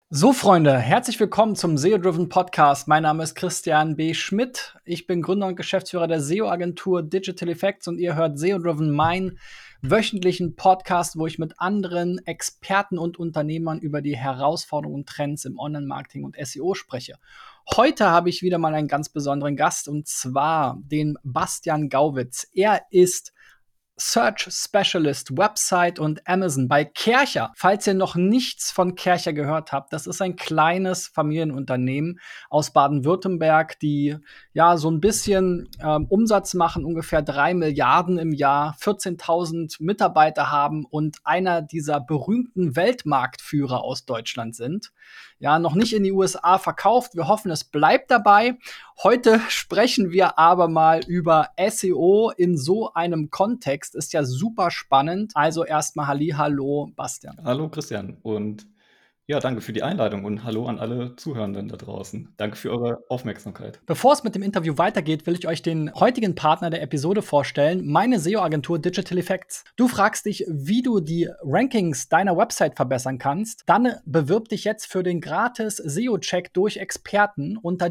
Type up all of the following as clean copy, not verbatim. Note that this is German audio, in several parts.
So, Freunde, herzlich willkommen zum SEO-Driven Podcast. Mein Name ist Christian B. Schmidt. Ich bin Gründer und Geschäftsführer der SEO-Agentur Digital Effects und ihr hört SEO-Driven, meinen wöchentlichen Podcast, wo ich mit anderen Experten und Unternehmern über die Herausforderungen und Trends im Online-Marketing und SEO spreche. Heute habe ich wieder mal einen ganz besonderen Gast und zwar den Bastian Gauwitz. Er ist Search Specialist, Website und Amazon bei Kärcher. Falls ihr noch nichts von Kärcher gehört habt, das ist ein kleines Familienunternehmen aus Baden-Württemberg, die ja so ein bisschen Umsatz machen, ungefähr 3 Milliarden im Jahr, 14.000 Mitarbeiter haben und einer dieser berühmten Weltmarktführer aus Deutschland sind. Ja, noch nicht in die USA verkauft. Wir hoffen, es bleibt dabei. Heute sprechen wir aber mal über SEO in so einem Kontext. Ist ja super spannend. Also erstmal Hallihallo, Bastian. Hallo Christian und ja, danke für die Einladung und hallo an alle Zuhörenden da draußen. Danke für eure Aufmerksamkeit. Bevor es mit dem Interview weitergeht, will ich euch den heutigen Partner der Episode vorstellen, meine SEO-Agentur Digital Effects. Du fragst dich, wie du die Rankings deiner Website verbessern kannst? Dann bewirb dich jetzt für den gratis SEO-Check durch Experten unter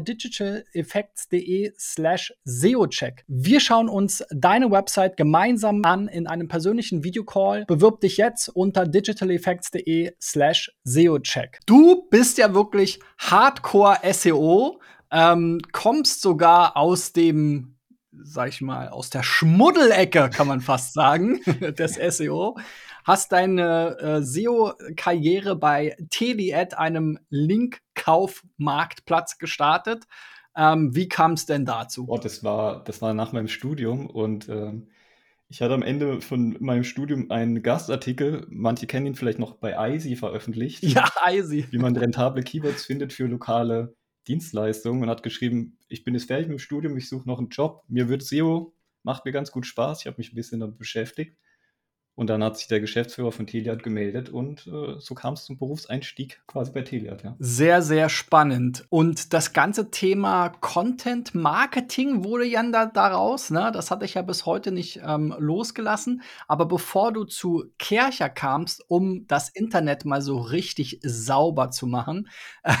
digitaleffects.de/SEO-Check. Wir schauen uns deine Website gemeinsam an in einem persönlichen Videocall. Bewirb dich jetzt unter digitaleffects.de/SEO-Check. Du bist ja wirklich Hardcore SEO. Kommst sogar aus dem, sag ich mal, aus der Schmuddelecke, kann man fast sagen, des SEO. Hast deine SEO-Karriere bei Teliad, einem Linkkaufmarktplatz, gestartet. Wie kam es denn dazu? Oh, das war nach meinem Studium und ich hatte am Ende von meinem Studium einen Gastartikel, manche kennen ihn vielleicht noch bei Eisi veröffentlicht, Ja, easy. wie man rentable Keywords findet für lokale Dienstleistungen und hat geschrieben, ich bin jetzt fertig mit dem Studium, ich suche noch einen Job, mir wird SEO, macht mir ganz gut Spaß, ich habe mich ein bisschen damit beschäftigt. Und dann hat sich der Geschäftsführer von Teliad gemeldet und so kam es zum Berufseinstieg quasi bei Teliad, ja. Sehr, sehr spannend. Und das ganze Thema Content Marketing wurde ja daraus, ne? Das hatte ich ja bis heute nicht losgelassen. Aber bevor du zu Kärcher kamst, um das Internet mal so richtig sauber zu machen,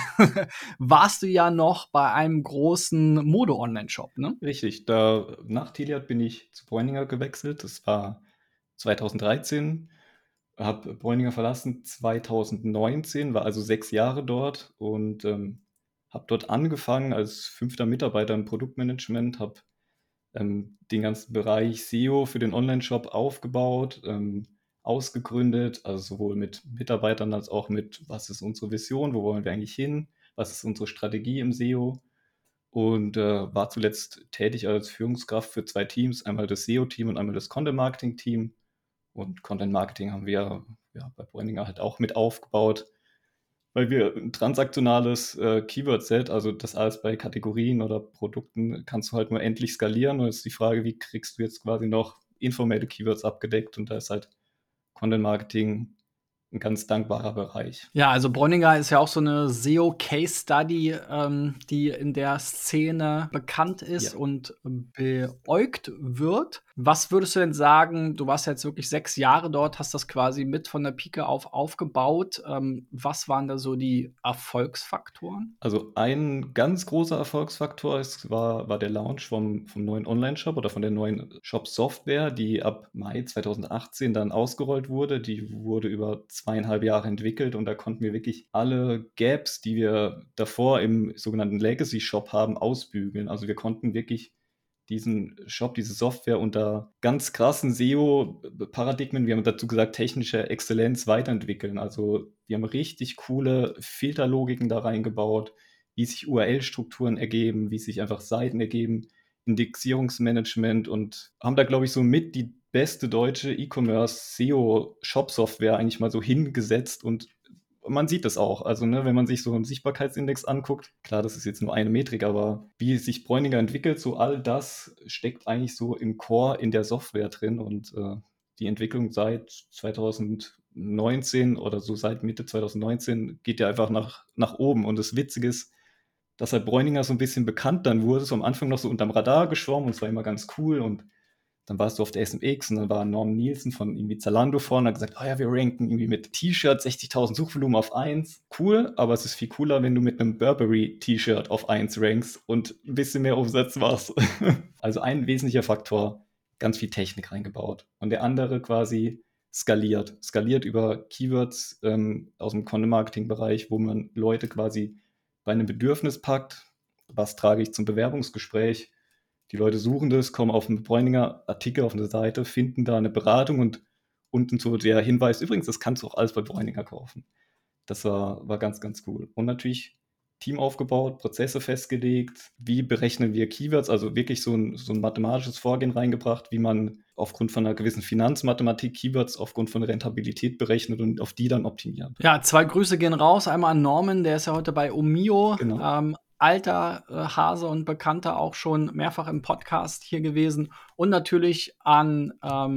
warst du ja noch bei einem großen Mode-Online-Shop, ne? Richtig, da nach Teliad bin ich zu Bräuninger gewechselt. Das war 2013, habe Bräuninger verlassen 2019, war also 6 Jahre dort und, habe dort angefangen als 5. Mitarbeiter im Produktmanagement, habe, den ganzen Bereich SEO für den Onlineshop aufgebaut, ausgegründet, also sowohl mit Mitarbeitern als auch mit: „Was ist unsere Vision? Wo wollen wir eigentlich hin? Was ist unsere Strategie im SEO?“ Und war zuletzt tätig als Führungskraft für 2 Teams, einmal das SEO-Team und einmal das Content-Marketing-Team. Und Content-Marketing haben wir ja bei Bräuninger halt auch mit aufgebaut, weil wir 'n transaktionales Keyword-Set, also das alles bei Kategorien oder Produkten kannst du halt nur endlich skalieren. Und jetzt ist die Frage, wie kriegst du jetzt quasi noch informelle Keywords abgedeckt? Und da ist halt Content-Marketing 'n ganz dankbarer Bereich. Ja, also Bräuninger ist ja auch so eine SEO-Case-Study, die in der Szene bekannt ist Ja. und beäugt wird. Was würdest du denn sagen, du warst ja jetzt wirklich 6 Jahre dort, hast das quasi mit von der Pike auf aufgebaut. Was waren da so die Erfolgsfaktoren? Also, ein ganz großer Erfolgsfaktor war der Launch vom neuen Onlineshop oder von der neuen Shop-Software, die ab Mai 2018 dann ausgerollt wurde. Die wurde über 2,5 Jahre entwickelt und da konnten wir wirklich alle Gaps, die wir davor im sogenannten Legacy-Shop haben, ausbügeln. Also, wir konnten wirklich diesen Shop, diese Software unter ganz krassen SEO-Paradigmen, wir haben dazu gesagt, technische Exzellenz weiterentwickeln. Also, wir haben richtig coole Filterlogiken da reingebaut, wie sich URL-Strukturen ergeben, wie sich einfach Seiten ergeben, Indexierungsmanagement und haben da, glaube ich, so mit die beste deutsche E-Commerce SEO-Shop-Software eigentlich mal so hingesetzt und man sieht das auch. Also, ne, wenn man sich so 'n Sichtbarkeitsindex anguckt, klar, das ist jetzt nur eine Metrik, aber wie sich Bräuninger entwickelt, so all das steckt eigentlich so im Core in der Software drin und, die Entwicklung seit 2019 oder so seit Mitte 2019 geht ja einfach nach oben. Und das Witzige ist, dass halt Bräuninger so 'n bisschen bekannt dann wurde, so am Anfang noch so unterm Radar geschwommen und es war immer ganz cool und Dann warst du auf der SMX und dann war Norm Nielsen von irgendwie Zalando vorne und hat gesagt, oh ja, wir ranken irgendwie mit T-Shirt 60.000 Suchvolumen auf 1. Cool, aber es ist viel cooler, wenn du mit einem Burberry-T-Shirt auf 1 rankst und ein bisschen mehr Umsatz machst. Also ein wesentlicher Faktor, ganz viel Technik reingebaut. Und der andere quasi skaliert über Keywords aus dem Content-Marketing-Bereich, wo man Leute quasi bei einem Bedürfnis packt. Was trage ich zum Bewerbungsgespräch? Die Leute suchen das, kommen auf einen Bräuninger Artikel auf eine Seite, finden da eine Beratung und unten so der Hinweis, übrigens, das kannst du auch alles bei Bräuninger kaufen. Das war ganz, ganz cool. Und natürlich Team aufgebaut, Prozesse festgelegt, wie berechnen wir Keywords, also wirklich so ein mathematisches Vorgehen reingebracht, wie man aufgrund von einer gewissen Finanzmathematik Keywords aufgrund von Rentabilität berechnet und auf die dann optimiert. Ja, 2 Grüße gehen raus. Einmal an Norman, der ist ja heute bei Omio. Genau. Alter Hase und Bekannter, auch schon mehrfach im Podcast hier gewesen. Und natürlich an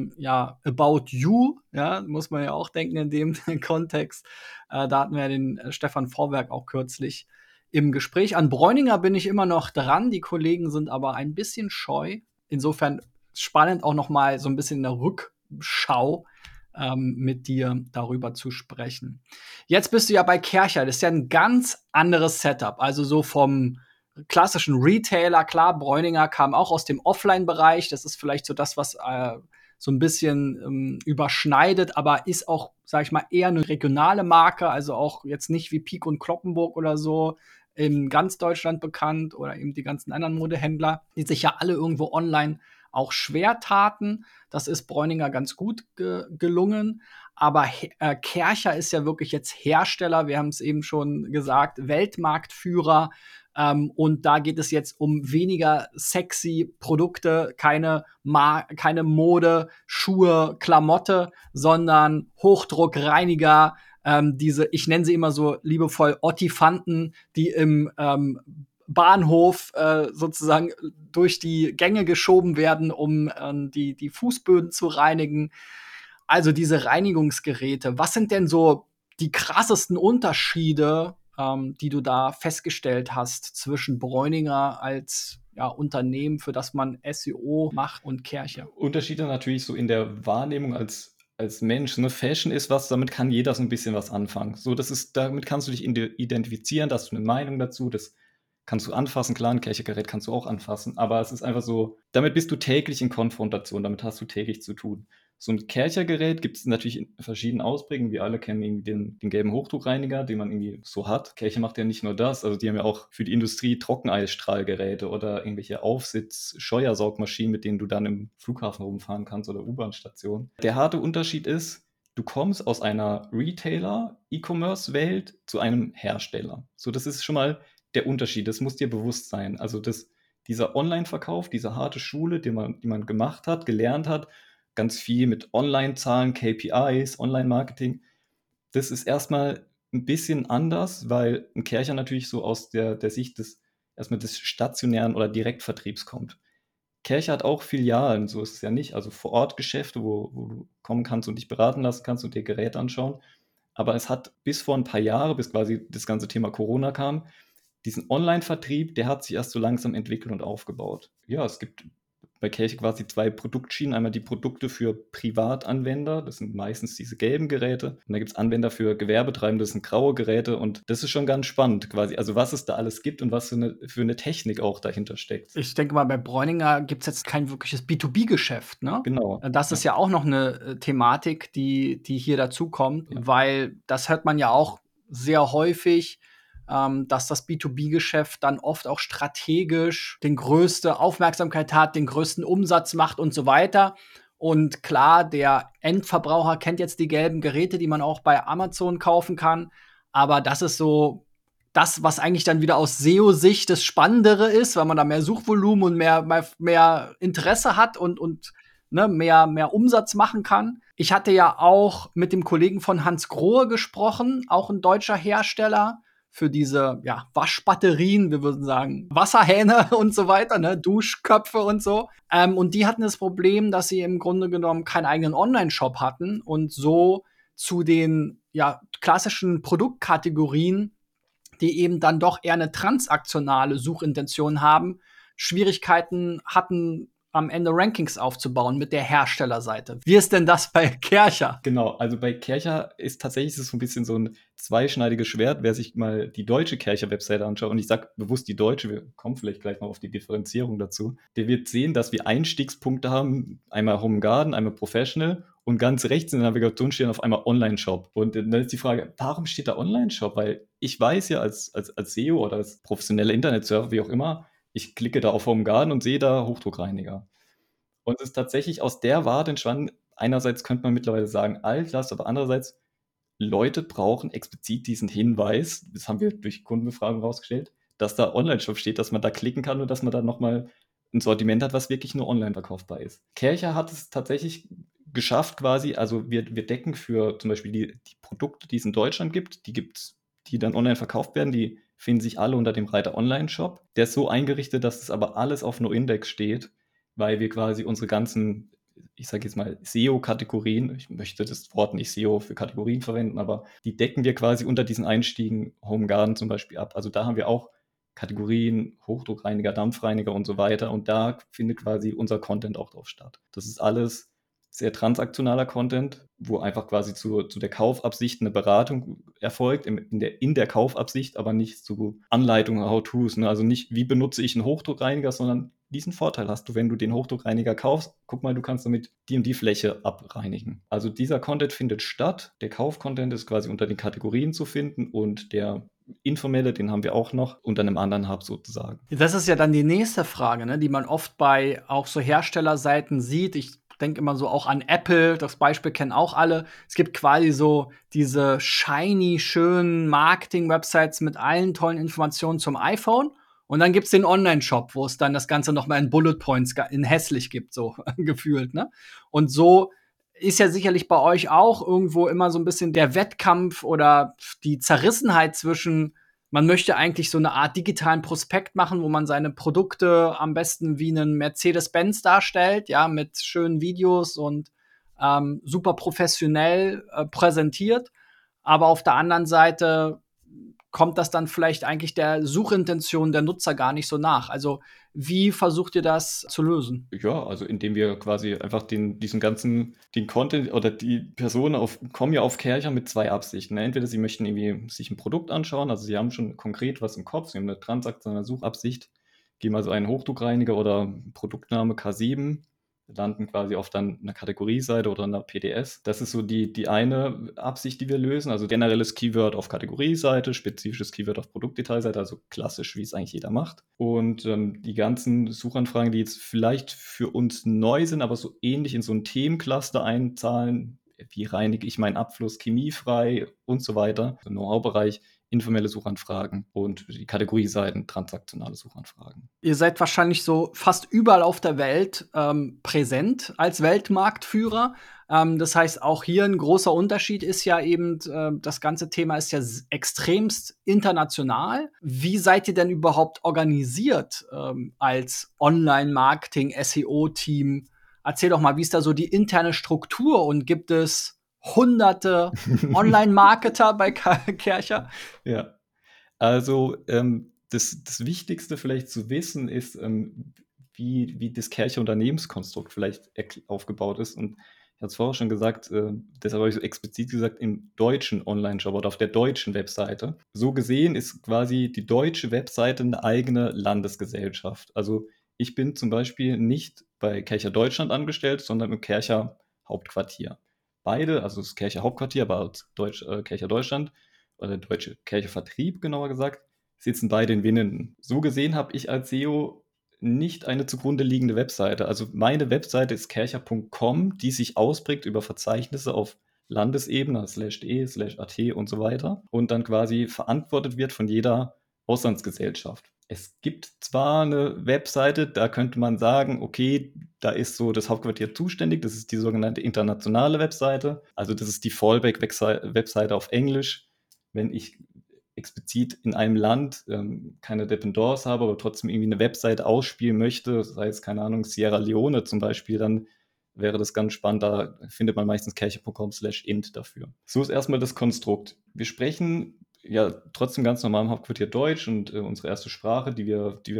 About You, ja, muss man ja auch denken in dem Kontext. Da hatten wir ja den Stefan Vorwerk auch kürzlich im Gespräch. An Bräuninger bin ich immer noch dran. Die Kollegen sind aber ein bisschen scheu. Insofern spannend auch noch mal so ein bisschen in der Rückschau mit dir darüber zu sprechen. Jetzt bist du ja bei Kärcher. Das ist ja ein ganz anderes Setup. Also so vom klassischen Retailer. Klar, Bräuninger kam auch aus dem Offline-Bereich. Das ist vielleicht so das, was so ein bisschen überschneidet, aber ist auch, sag ich mal, eher eine regionale Marke. Also auch jetzt nicht wie Pieck und Kloppenburg oder so in ganz Deutschland bekannt oder eben die ganzen anderen Modehändler, die sich ja alle irgendwo online auch schwer taten. Das ist Bräuninger ganz gut gelungen. Aber Kärcher ist ja wirklich jetzt Hersteller, wir haben es eben schon gesagt, Weltmarktführer. Und da geht es jetzt um weniger sexy Produkte, keine Mode, Schuhe, Klamotte, sondern Hochdruckreiniger, ich nenne sie immer so liebevoll Ottifanten, die im Bahnhof sozusagen durch die Gänge geschoben werden, um die Fußböden zu reinigen. Also diese Reinigungsgeräte. Was sind denn so die krassesten Unterschiede, die du da festgestellt hast zwischen Bräuninger als Unternehmen, für das man SEO macht, und Kärcher? Unterschiede natürlich so in der Wahrnehmung als Mensch. Ne? Fashion ist was, damit kann jeder so ein bisschen was anfangen. So, damit kannst du dich identifizieren, da hast du eine Meinung dazu, das kannst du anfassen. Klar, ein Kärchergerät kannst du auch anfassen, aber es ist einfach so, damit bist du täglich in Konfrontation, damit hast du täglich zu tun. So ein Kärchergerät gibt es natürlich in verschiedenen Ausprägungen. Wir alle kennen irgendwie den gelben Hochdruckreiniger, den man irgendwie so hat. Kärcher macht ja nicht nur das, also die haben ja auch für die Industrie Trockeneisstrahlgeräte oder irgendwelche Aufsitz-Scheuersaugmaschinen, mit denen du dann im Flughafen rumfahren kannst oder U-Bahn-Station. Der harte Unterschied ist, du kommst aus einer Retailer-E-Commerce-Welt zu einem Hersteller. So, das ist schon mal der Unterschied. Das muss dir bewusst sein. Also dieser Online-Verkauf, diese harte Schule, die man gemacht hat, gelernt hat, ganz viel mit Online-Zahlen, KPIs, Online-Marketing. Das ist erstmal ein bisschen anders, weil ein Kärcher natürlich so aus der Sicht des stationären oder Direktvertriebs kommt. Kärcher hat auch Filialen, so ist es ja nicht. Also Vor-Ort-Geschäfte, wo du kommen kannst und dich beraten lassen kannst und dir Geräte anschauen. Aber es hat bis vor ein paar Jahre, bis quasi das ganze Thema Corona kam, diesen Online-Vertrieb, der hat sich erst so langsam entwickelt und aufgebaut. Ja, es gibt bei Kelch quasi 2 Produktschienen. Einmal die Produkte für Privatanwender, das sind meistens diese gelben Geräte. Und da gibt es Anwender für Gewerbetreibende, das sind graue Geräte. Und das ist schon ganz spannend quasi. Also was es da alles gibt und was für eine Technik auch dahinter steckt. Ich denke mal, bei Bräuninger gibt es jetzt kein wirkliches B2B-Geschäft, ne? Genau. Das ist ja auch noch eine Thematik, die hier dazukommt, weil das hört man ja auch sehr häufig, dass das B2B-Geschäft dann oft auch strategisch den größte Aufmerksamkeit hat, den größten Umsatz macht und so weiter. Und klar, der Endverbraucher kennt jetzt die gelben Geräte, die man auch bei Amazon kaufen kann. Aber das ist so das, was eigentlich dann wieder aus SEO-Sicht das Spannendere ist, weil man da mehr Suchvolumen und mehr Interesse hat und ne, mehr Umsatz machen kann. Ich hatte ja auch mit dem Kollegen von Hans Grohe gesprochen, auch ein deutscher Hersteller für diese Waschbatterien, wir würden sagen Wasserhähne und so weiter, ne, Duschköpfe und so. Und die hatten das Problem, dass sie im Grunde genommen keinen eigenen Online-Shop hatten und so zu den klassischen Produktkategorien, die eben dann doch eher eine transaktionale Suchintention haben, Schwierigkeiten hatten, am Ende Rankings aufzubauen mit der Herstellerseite. Wie ist denn das bei Kärcher? Genau, also bei Kärcher ist tatsächlich so ein bisschen so ein zweischneidiges Schwert, wer sich mal die deutsche Kärcher-Webseite anschaut, und ich sage bewusst die deutsche, wir kommen vielleicht gleich noch auf die Differenzierung dazu, der wird sehen, dass wir Einstiegspunkte haben, einmal Home Garden, einmal Professional, und ganz rechts in der Navigation stehen auf einmal Online-Shop. Und dann ist die Frage, warum steht da Online-Shop? Weil ich weiß ja als SEO oder als professioneller Internetsurfer, wie auch immer, ich klicke da auf Home Garden und sehe da Hochdruckreiniger. Und es ist tatsächlich aus der Warte entstanden. Einerseits könnte man mittlerweile sagen Altlasten, aber andererseits, Leute brauchen explizit diesen Hinweis, das haben wir durch Kundenbefragung rausgestellt, dass da Online-Shop steht, dass man da klicken kann und dass man dann nochmal ein Sortiment hat, was wirklich nur online verkaufbar ist. Kärcher hat es tatsächlich geschafft quasi, also wir decken für zum Beispiel die Produkte, die es in Deutschland gibt, die dann online verkauft werden, die finden sich alle unter dem Reiter Online-Shop. Der ist so eingerichtet, dass es aber alles auf No-Index steht, weil wir quasi unsere ganzen, ich sage jetzt mal, SEO-Kategorien, ich möchte das Wort nicht SEO für Kategorien verwenden, aber die decken wir quasi unter diesen Einstiegen Home Garden zum Beispiel ab. Also da haben wir auch Kategorien, Hochdruckreiniger, Dampfreiniger und so weiter, und da findet quasi unser Content auch drauf statt. Das ist alles sehr transaktionaler Content, wo einfach quasi zu der Kaufabsicht eine Beratung erfolgt, in der Kaufabsicht, aber nicht zu Anleitungen, How-Tos. Ne? Also nicht, wie benutze ich einen Hochdruckreiniger, sondern diesen Vorteil hast du, wenn du den Hochdruckreiniger kaufst. Guck mal, du kannst damit die und die Fläche abreinigen. Also dieser Content findet statt. Der Kauf-Content ist quasi unter den Kategorien zu finden, und der informelle, den haben wir auch noch unter einem anderen Hub sozusagen. Das ist ja dann die nächste Frage, ne, die man oft bei auch so Herstellerseiten sieht. Ich denke immer so auch an Apple, das Beispiel kennen auch alle. Es gibt quasi so diese shiny, schönen Marketing-Websites mit allen tollen Informationen zum iPhone. Und dann gibt's den Online-Shop, wo es dann das Ganze noch mal in Bullet Points in hässlich gibt, so gefühlt, ne? Und so ist ja sicherlich bei euch auch irgendwo immer so ein bisschen der Wettkampf oder die Zerrissenheit zwischen, man möchte eigentlich so eine Art digitalen Prospekt machen, wo man seine Produkte am besten wie einen Mercedes-Benz darstellt, ja, mit schönen Videos und super professionell präsentiert. Aber auf der anderen Seite kommt das dann vielleicht eigentlich der Suchintention der Nutzer gar nicht so nach. Also wie versucht ihr das zu lösen? Ja, also indem wir quasi einfach den Content oder die Personen kommen ja auf Kärcher mit zwei Absichten. Ne? Entweder sie möchten irgendwie sich ein Produkt anschauen, also sie haben schon konkret was im Kopf, sie haben eine transaktionale Suchabsicht, geben also einen Hochdruckreiniger oder Produktname K7, landen quasi auf dann einer Kategorieseite oder einer PDS. Das ist so die eine Absicht, die wir lösen. Also generelles Keyword auf Kategorieseite, spezifisches Keyword auf Produktdetailseite, also klassisch, wie es eigentlich jeder macht. Und die ganzen Suchanfragen, die jetzt vielleicht für uns neu sind, aber so ähnlich in so ein Themencluster einzahlen, wie reinige ich meinen Abfluss chemiefrei und so weiter, im Know-how-Bereich, informelle Suchanfragen, und die Kategorieseiten transaktionale Suchanfragen. Ihr seid wahrscheinlich so fast überall auf der Welt präsent als Weltmarktführer. Das heißt, auch hier ein großer Unterschied ist ja eben, das ganze Thema ist ja extremst international. Wie seid ihr denn überhaupt organisiert als Online-Marketing-SEO-Team? Erzähl doch mal, wie ist da so die interne Struktur, und gibt es hunderte Online-Marketer bei Kärcher? Ja, also das Wichtigste vielleicht zu wissen ist, wie das Kärcher Unternehmenskonstrukt vielleicht aufgebaut ist. Und ich hatte es vorher schon gesagt, deshalb habe ich so explizit gesagt, im deutschen Online-Shop oder auf der deutschen Webseite. So gesehen ist quasi die deutsche Webseite eine eigene Landesgesellschaft. Also ich bin zum Beispiel nicht bei Kärcher Deutschland angestellt, sondern im Kärcher Hauptquartier. Beide, also das Kärcher Hauptquartier, aber als Kärcher Deutschland, oder der Deutsche Kirchevertrieb genauer gesagt, sitzen beide in Winnenden. So gesehen habe ich als SEO nicht eine zugrunde liegende Webseite. Also meine Webseite ist kercher.com, die sich ausprägt über Verzeichnisse auf Landesebene, /de, /at und so weiter, und dann quasi verantwortet wird von jeder Auslandsgesellschaft. Es gibt zwar eine Webseite, da könnte man sagen, okay, da ist so das Hauptquartier zuständig, das ist die sogenannte internationale Webseite, also das ist die Fallback-Webseite auf Englisch. Wenn ich explizit in einem Land keine Dependance habe, aber trotzdem irgendwie eine Webseite ausspielen möchte, sei es, keine Ahnung, Sierra Leone zum Beispiel, dann wäre das ganz spannend. Da findet man meistens kercher.com/int dafür. So ist erstmal das Konstrukt. Wir sprechen ja trotzdem ganz normal im Hauptquartier Deutsch, und unsere erste Sprache, die wir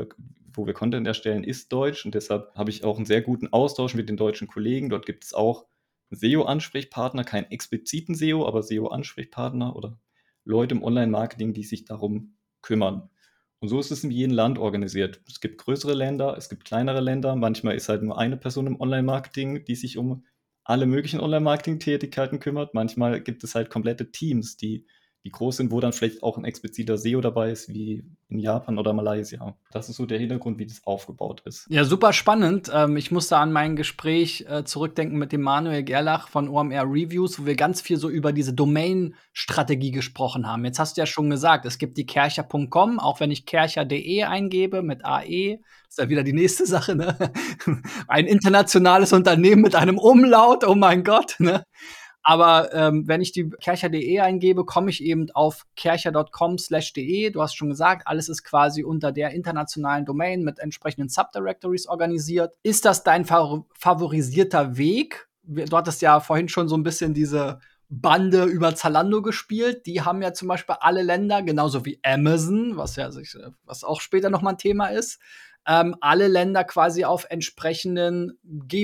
wo wir Content erstellen, ist Deutsch und deshalb habe ich auch einen sehr guten Austausch mit den deutschen Kollegen. Dort gibt es auch SEO-Ansprechpartner, keinen expliziten SEO, aber SEO-Ansprechpartner oder Leute im Online-Marketing, die sich darum kümmern. Und so ist es in jedem Land organisiert. Es gibt größere Länder, es gibt kleinere Länder. Manchmal ist halt nur eine Person im Online-Marketing, die sich um alle möglichen Online-Marketing-Tätigkeiten kümmert. Manchmal gibt es halt komplette Teams, die groß sind, wo dann vielleicht auch ein expliziter SEO dabei ist, wie in Japan oder Malaysia. Das ist so der Hintergrund, wie das aufgebaut ist. Ja, super spannend. Ich musste an mein Gespräch zurückdenken mit dem Manuel Gerlach von OMR Reviews, wo wir ganz viel so über diese Domain-Strategie gesprochen haben. Jetzt hast du ja schon gesagt, es gibt die kercher.com, auch wenn ich kercher.de eingebe mit AE, ist ja wieder die nächste Sache, ne? Ein internationales Unternehmen mit einem Umlaut, oh mein Gott, ne? Aber wenn ich die kercher.de eingebe, komme ich eben auf kercher.com/de. Du hast schon gesagt, alles ist quasi unter der internationalen Domain mit entsprechenden Subdirectories organisiert. Ist das dein favorisierter Weg? Du hattest ja vorhin schon so ein bisschen diese Bande über Zalando gespielt. Die haben ja zum Beispiel alle Länder, genauso wie Amazon, was auch später noch mal ein Thema ist, alle Länder quasi auf entsprechenden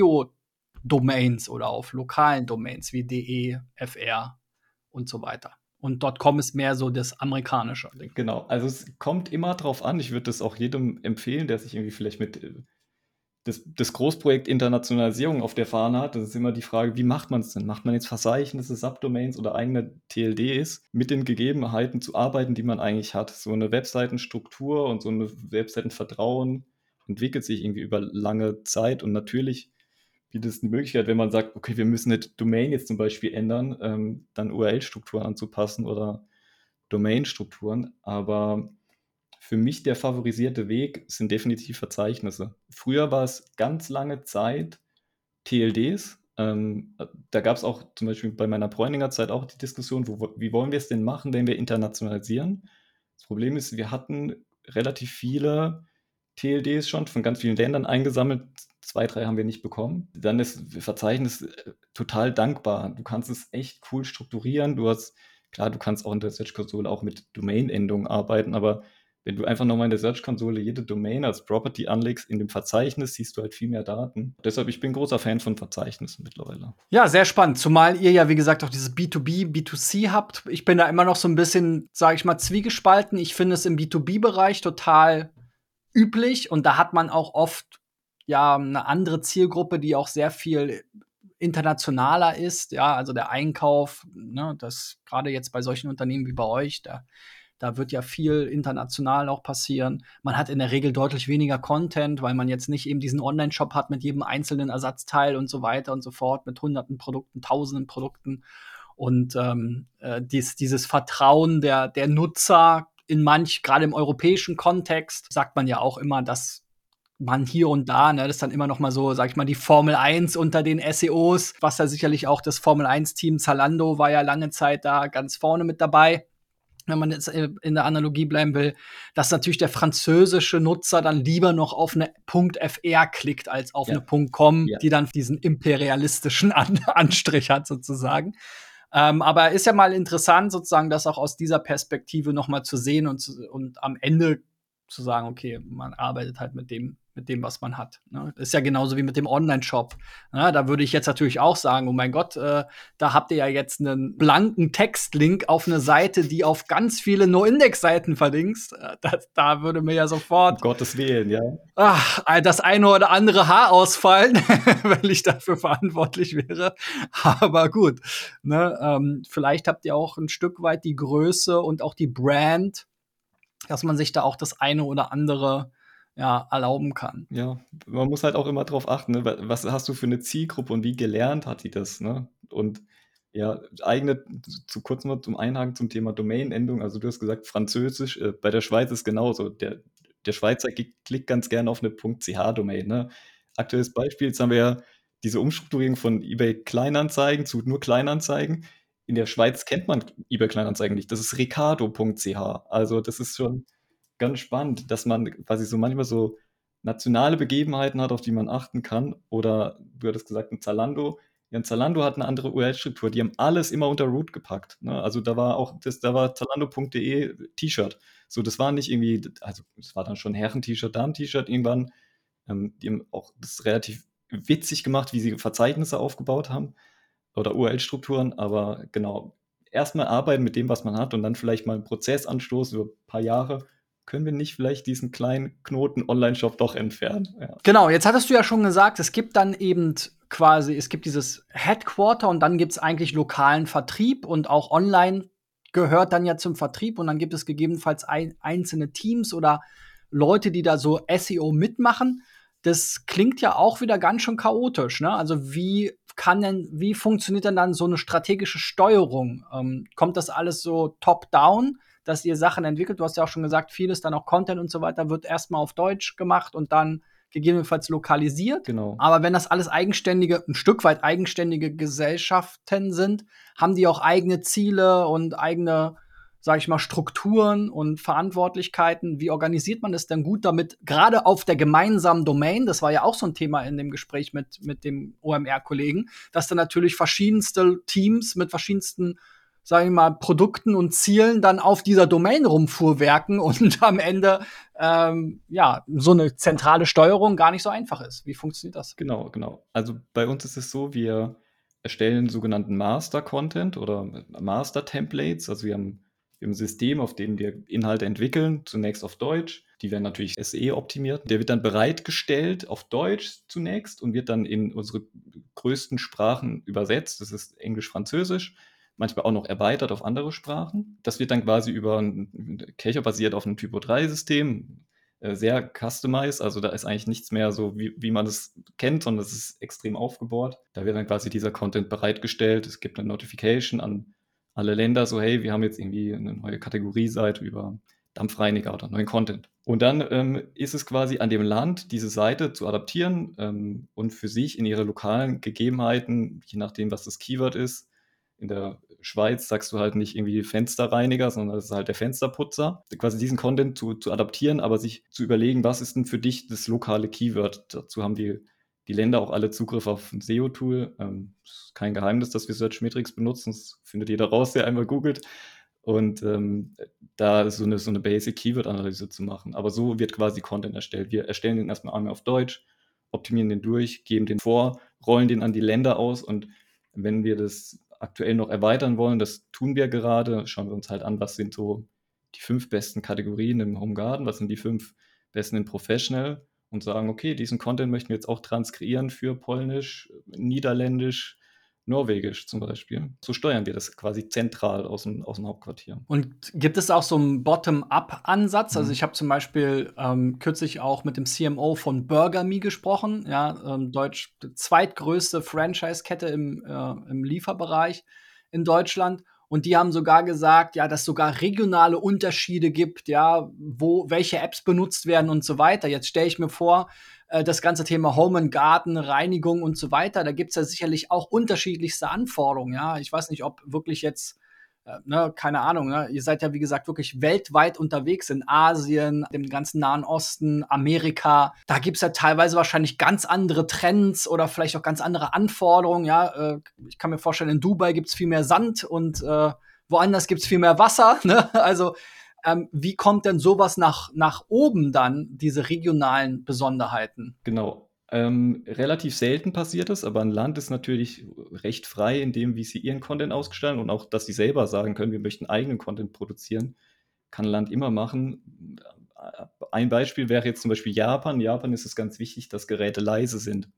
Domains oder auf lokalen Domains wie de, fr und so weiter. Und .com ist mehr so das amerikanische Ding. Genau, also es kommt immer drauf an. Ich würde das auch jedem empfehlen, der sich irgendwie vielleicht mit das Großprojekt Internationalisierung auf der Fahne hat. Das ist immer die Frage, wie macht man es denn? Macht man jetzt Verzeichnisse, Subdomains oder eigene TLDs mit den Gegebenheiten zu arbeiten, die man eigentlich hat? So eine Webseitenstruktur und so eine Webseitenvertrauen entwickelt sich irgendwie über lange Zeit und natürlich bietet es eine Möglichkeit, wenn man sagt, okay, wir müssen eine Domain jetzt zum Beispiel ändern, dann URL-Strukturen anzupassen oder Domain-Strukturen, aber für mich der favorisierte Weg sind definitiv Verzeichnisse. Früher war es ganz lange Zeit TLDs. Da gab es auch zum Beispiel bei meiner Bräuninger Zeit auch die Diskussion, wie wollen wir es denn machen, wenn wir internationalisieren? Das Problem ist, wir hatten relativ viele TLDs schon von ganz vielen Ländern eingesammelt. 2, 3 haben wir nicht bekommen. Dann ist Verzeichnis total dankbar. Du kannst es echt cool strukturieren. Klar, du kannst auch in der Search-Konsole auch mit Domain-Endungen arbeiten, aber wenn du einfach nochmal in der Search-Konsole jede Domain als Property anlegst, in dem Verzeichnis siehst du halt viel mehr Daten. Deshalb, ich bin großer Fan von Verzeichnissen mittlerweile. Ja, sehr spannend. Zumal ihr ja, wie gesagt, auch dieses B2B, B2C habt. Ich bin da immer noch so ein bisschen, sage ich mal, zwiegespalten. Ich finde es im B2B-Bereich total üblich und da hat man auch oft ja eine andere Zielgruppe, die auch sehr viel internationaler ist. Ja, also der Einkauf, ne, das gerade jetzt bei solchen Unternehmen wie bei euch, da wird ja viel international auch passieren. Man hat in der Regel deutlich weniger Content, weil man jetzt nicht eben diesen Online-Shop hat mit jedem einzelnen Ersatzteil und so weiter und so fort, mit hunderten Produkten, tausenden Produkten. Und dieses Vertrauen der Nutzer gerade im europäischen Kontext, sagt man ja auch immer, dass man hier und da, ne, das ist dann immer noch mal so, sag ich mal, die Formel 1 unter den SEOs, was ja sicherlich auch das Formel 1-Team Zalando war ja lange Zeit da ganz vorne mit dabei, wenn man jetzt in der Analogie bleiben will, dass natürlich der französische Nutzer dann lieber noch auf eine .fr klickt als auf Ja. eine .com, Ja. die dann diesen imperialistischen Anstrich hat sozusagen. Aber ist ja mal interessant sozusagen, das auch aus dieser Perspektive noch mal zu sehen und am Ende zu sagen, okay, man arbeitet halt mit dem, was man hat. Ne? Ist ja genauso wie mit dem Online-Shop. Ja, da würde ich jetzt natürlich auch sagen, oh mein Gott, da habt ihr ja jetzt einen blanken Textlink auf eine Seite, die auf ganz viele No-Index-Seiten verlinkst. Da würde mir ja sofort Um Gottes Willen, ja. das eine oder andere Haar ausfallen, wenn ich dafür verantwortlich wäre. Aber gut, ne, vielleicht habt ihr auch ein Stück weit die Größe und auch die Brand, dass man sich da auch das eine oder andere ja, erlauben kann. Ja, man muss halt auch immer drauf achten, ne? Was hast du für eine Zielgruppe und wie gelernt hat die das, ne? Und ja, eigene zu kurz mal zum Einhaken zum Thema Domain-Endung. Also, du hast gesagt Französisch, bei der Schweiz ist genauso. Der Schweizer klickt ganz gerne auf 'ne .ch-Domain, ne? Aktuelles Beispiel, jetzt haben wir ja diese Umstrukturierung von eBay Kleinanzeigen zu nur Kleinanzeigen. In der Schweiz kennt man eBay Kleinanzeigen nicht. Das ist Ricardo.ch. Also, das ist schon ganz spannend, dass man quasi so manchmal so nationale Begebenheiten hat, auf die man achten kann. Oder du hattest gesagt, 'n Zalando. Ja, und Zalando hat eine andere URL-Struktur. Die haben alles immer unter Root gepackt. Ne? Also da war Zalando.de T-Shirt. So, das war nicht irgendwie, also es war dann schon Herren-T-Shirt, Damen-T-Shirt irgendwann. Die haben auch das relativ witzig gemacht, wie sie Verzeichnisse aufgebaut haben oder URL-Strukturen, aber genau, erstmal arbeiten mit dem, was man hat und dann vielleicht mal einen Prozess anstoßen über ein paar Jahre. Können wir nicht vielleicht diesen kleinen Knoten Online-Shop doch entfernen? Ja. Genau, jetzt hattest du ja schon gesagt, es gibt dann eben quasi, es gibt dieses Headquarter und dann gibt's eigentlich lokalen Vertrieb und auch online gehört dann ja zum Vertrieb und dann gibt es gegebenenfalls einzelne Teams oder Leute, die da so SEO mitmachen. Das klingt ja auch wieder ganz schön chaotisch, ne? Also wie funktioniert denn dann so eine strategische Steuerung? Kommt das alles so top-down, dass ihr Sachen entwickelt? Du hast ja auch schon gesagt, vieles dann auch Content und so weiter wird erstmal auf Deutsch gemacht und dann gegebenenfalls lokalisiert. Genau. Aber wenn das alles ein Stück weit eigenständige Gesellschaften sind, haben die auch eigene Ziele und eigene, sage ich mal, Strukturen und Verantwortlichkeiten. Wie organisiert man das denn gut, damit gerade auf der gemeinsamen Domain, das war ja auch so ein Thema in dem Gespräch mit dem OMR-Kollegen, dass dann natürlich verschiedenste Teams mit verschiedensten, sage ich mal, Produkten und Zielen dann auf dieser Domain rumfuhrwerken und am Ende ja, so eine zentrale Steuerung gar nicht so einfach ist. Wie funktioniert das? Genau, genau. Also bei uns ist es so, wir erstellen sogenannten Master-Content oder Master-Templates. Also wir haben ein System, auf dem wir Inhalte entwickeln, zunächst auf Deutsch. Die werden natürlich SE-optimiert. Der wird dann bereitgestellt auf Deutsch zunächst und wird dann in unsere größten Sprachen übersetzt. Das ist Englisch, Französisch, manchmal auch noch erweitert auf andere Sprachen. Das wird dann quasi über ein Cacher basiert auf einem Typo-3-System, sehr customized, also da ist eigentlich nichts mehr so, wie man es kennt, sondern es ist extrem aufgebohrt. Da wird dann quasi dieser Content bereitgestellt. Es gibt eine Notification an alle Länder, so hey, wir haben jetzt irgendwie eine neue Kategorieseite über Dampfreiniger oder neuen Content. Und dann ist es quasi an dem Land, diese Seite zu adaptieren und für sich in ihre lokalen Gegebenheiten, je nachdem, was das Keyword ist. In der Schweiz sagst du halt nicht irgendwie Fensterreiniger, sondern das ist halt der Fensterputzer. Quasi diesen Content zu adaptieren, aber sich zu überlegen, was ist denn für dich das lokale Keyword? Dazu haben die Länder auch alle Zugriff auf ein SEO-Tool. Ist kein Geheimnis, dass wir Searchmetrics benutzen. Das findet jeder raus, der einmal googelt. Und da ist so eine Basic-Keyword-Analyse zu machen. Aber so wird quasi Content erstellt. Wir erstellen den erstmal einmal auf Deutsch, optimieren den durch, geben den vor, rollen den an die Länder aus und wenn wir das aktuell noch erweitern wollen, das tun wir gerade, schauen wir uns halt an, was sind so die 5 besten Kategorien im Home Garden, was sind die 5 besten in Professional und sagen, okay, diesen Content möchten wir jetzt auch transkribieren für Polnisch, Niederländisch, Norwegisch zum Beispiel. So steuern wir das quasi zentral aus dem Hauptquartier. Und gibt es auch so einen Bottom-up-Ansatz? Also, ich Mhm. habe zum Beispiel, kürzlich auch mit dem CMO von Burger Me gesprochen, ja, Deutsch zweitgrößte Franchise-Kette im Lieferbereich in Deutschland. Und die haben sogar gesagt, ja, dass sogar regionale Unterschiede gibt, ja, wo welche Apps benutzt werden und so weiter. Jetzt stelle ich mir vor, das ganze Thema Home and Garden, Reinigung und so weiter, da gibt's ja sicherlich auch unterschiedlichste Anforderungen, ja. Ich weiß nicht, ob wirklich jetzt ne, keine Ahnung, ne? Ihr seid ja, wie gesagt, wirklich weltweit unterwegs in Asien, dem ganzen Nahen Osten, Amerika. Da gibt's ja teilweise wahrscheinlich ganz andere Trends oder vielleicht auch ganz andere Anforderungen. Ja, ich kann mir vorstellen, in Dubai gibt's viel mehr Sand und woanders gibt's viel mehr Wasser. Ne? Also wie kommt denn sowas nach oben dann, diese regionalen Besonderheiten? Genau. Relativ selten passiert es, aber ein Land ist natürlich recht frei in dem, wie sie ihren Content ausgestalten und auch, dass sie selber sagen können, wir möchten eigenen Content produzieren, kann ein Land immer machen. Ein Beispiel wäre jetzt zum Beispiel Japan. Japan ist es ganz wichtig, dass Geräte leise sind.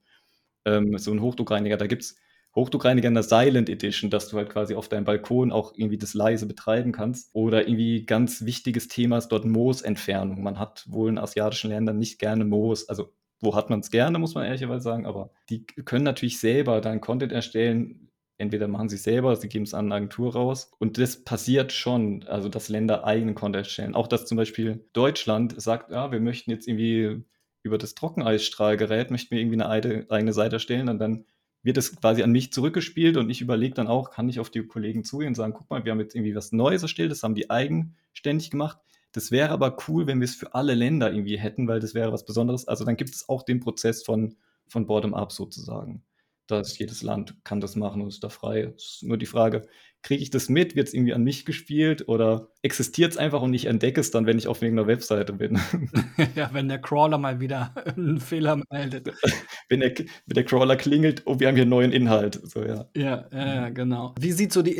So ein Hochdruckreiniger, da gibt es Hochdruckreiniger in der Silent Edition, dass du halt quasi auf deinem Balkon auch irgendwie das leise betreiben kannst. Oder irgendwie ganz wichtiges Thema ist dort Moosentfernung. Man hat wohl in asiatischen Ländern nicht gerne Moos. Also wo hat man es gerne, muss man ehrlicherweise sagen, aber die können natürlich selber dann Content erstellen. Entweder machen sie es selber, sie geben es an eine Agentur raus. Und das passiert schon, also dass Länder eigenen Content erstellen. Auch dass zum Beispiel Deutschland sagt, ja, wir möchten jetzt irgendwie über das Trockeneisstrahlgerät möchten wir irgendwie eine eigene Seite erstellen und dann wird es quasi an mich zurückgespielt und ich überlege dann auch, kann ich auf die Kollegen zugehen und sagen, guck mal, wir haben jetzt irgendwie was Neues erstellt, das haben die eigenständig gemacht. Das wäre aber cool, wenn wir es für alle Länder irgendwie hätten, weil das wäre was Besonderes. Also dann gibt es auch den Prozess von Bottom-up sozusagen. jedes Land kann das machen und ist da frei. Es ist nur die Frage, kriege ich das mit? Wird es irgendwie an mich gespielt oder existiert es einfach und ich entdecke es dann, wenn ich auf irgendeiner Webseite bin? Ja, wenn der Crawler mal wieder 'n Fehler meldet. Wenn der Crawler klingelt: „Oh, wir haben hier neuen Inhalt." So, ja. Ja, genau. Wie sieht so die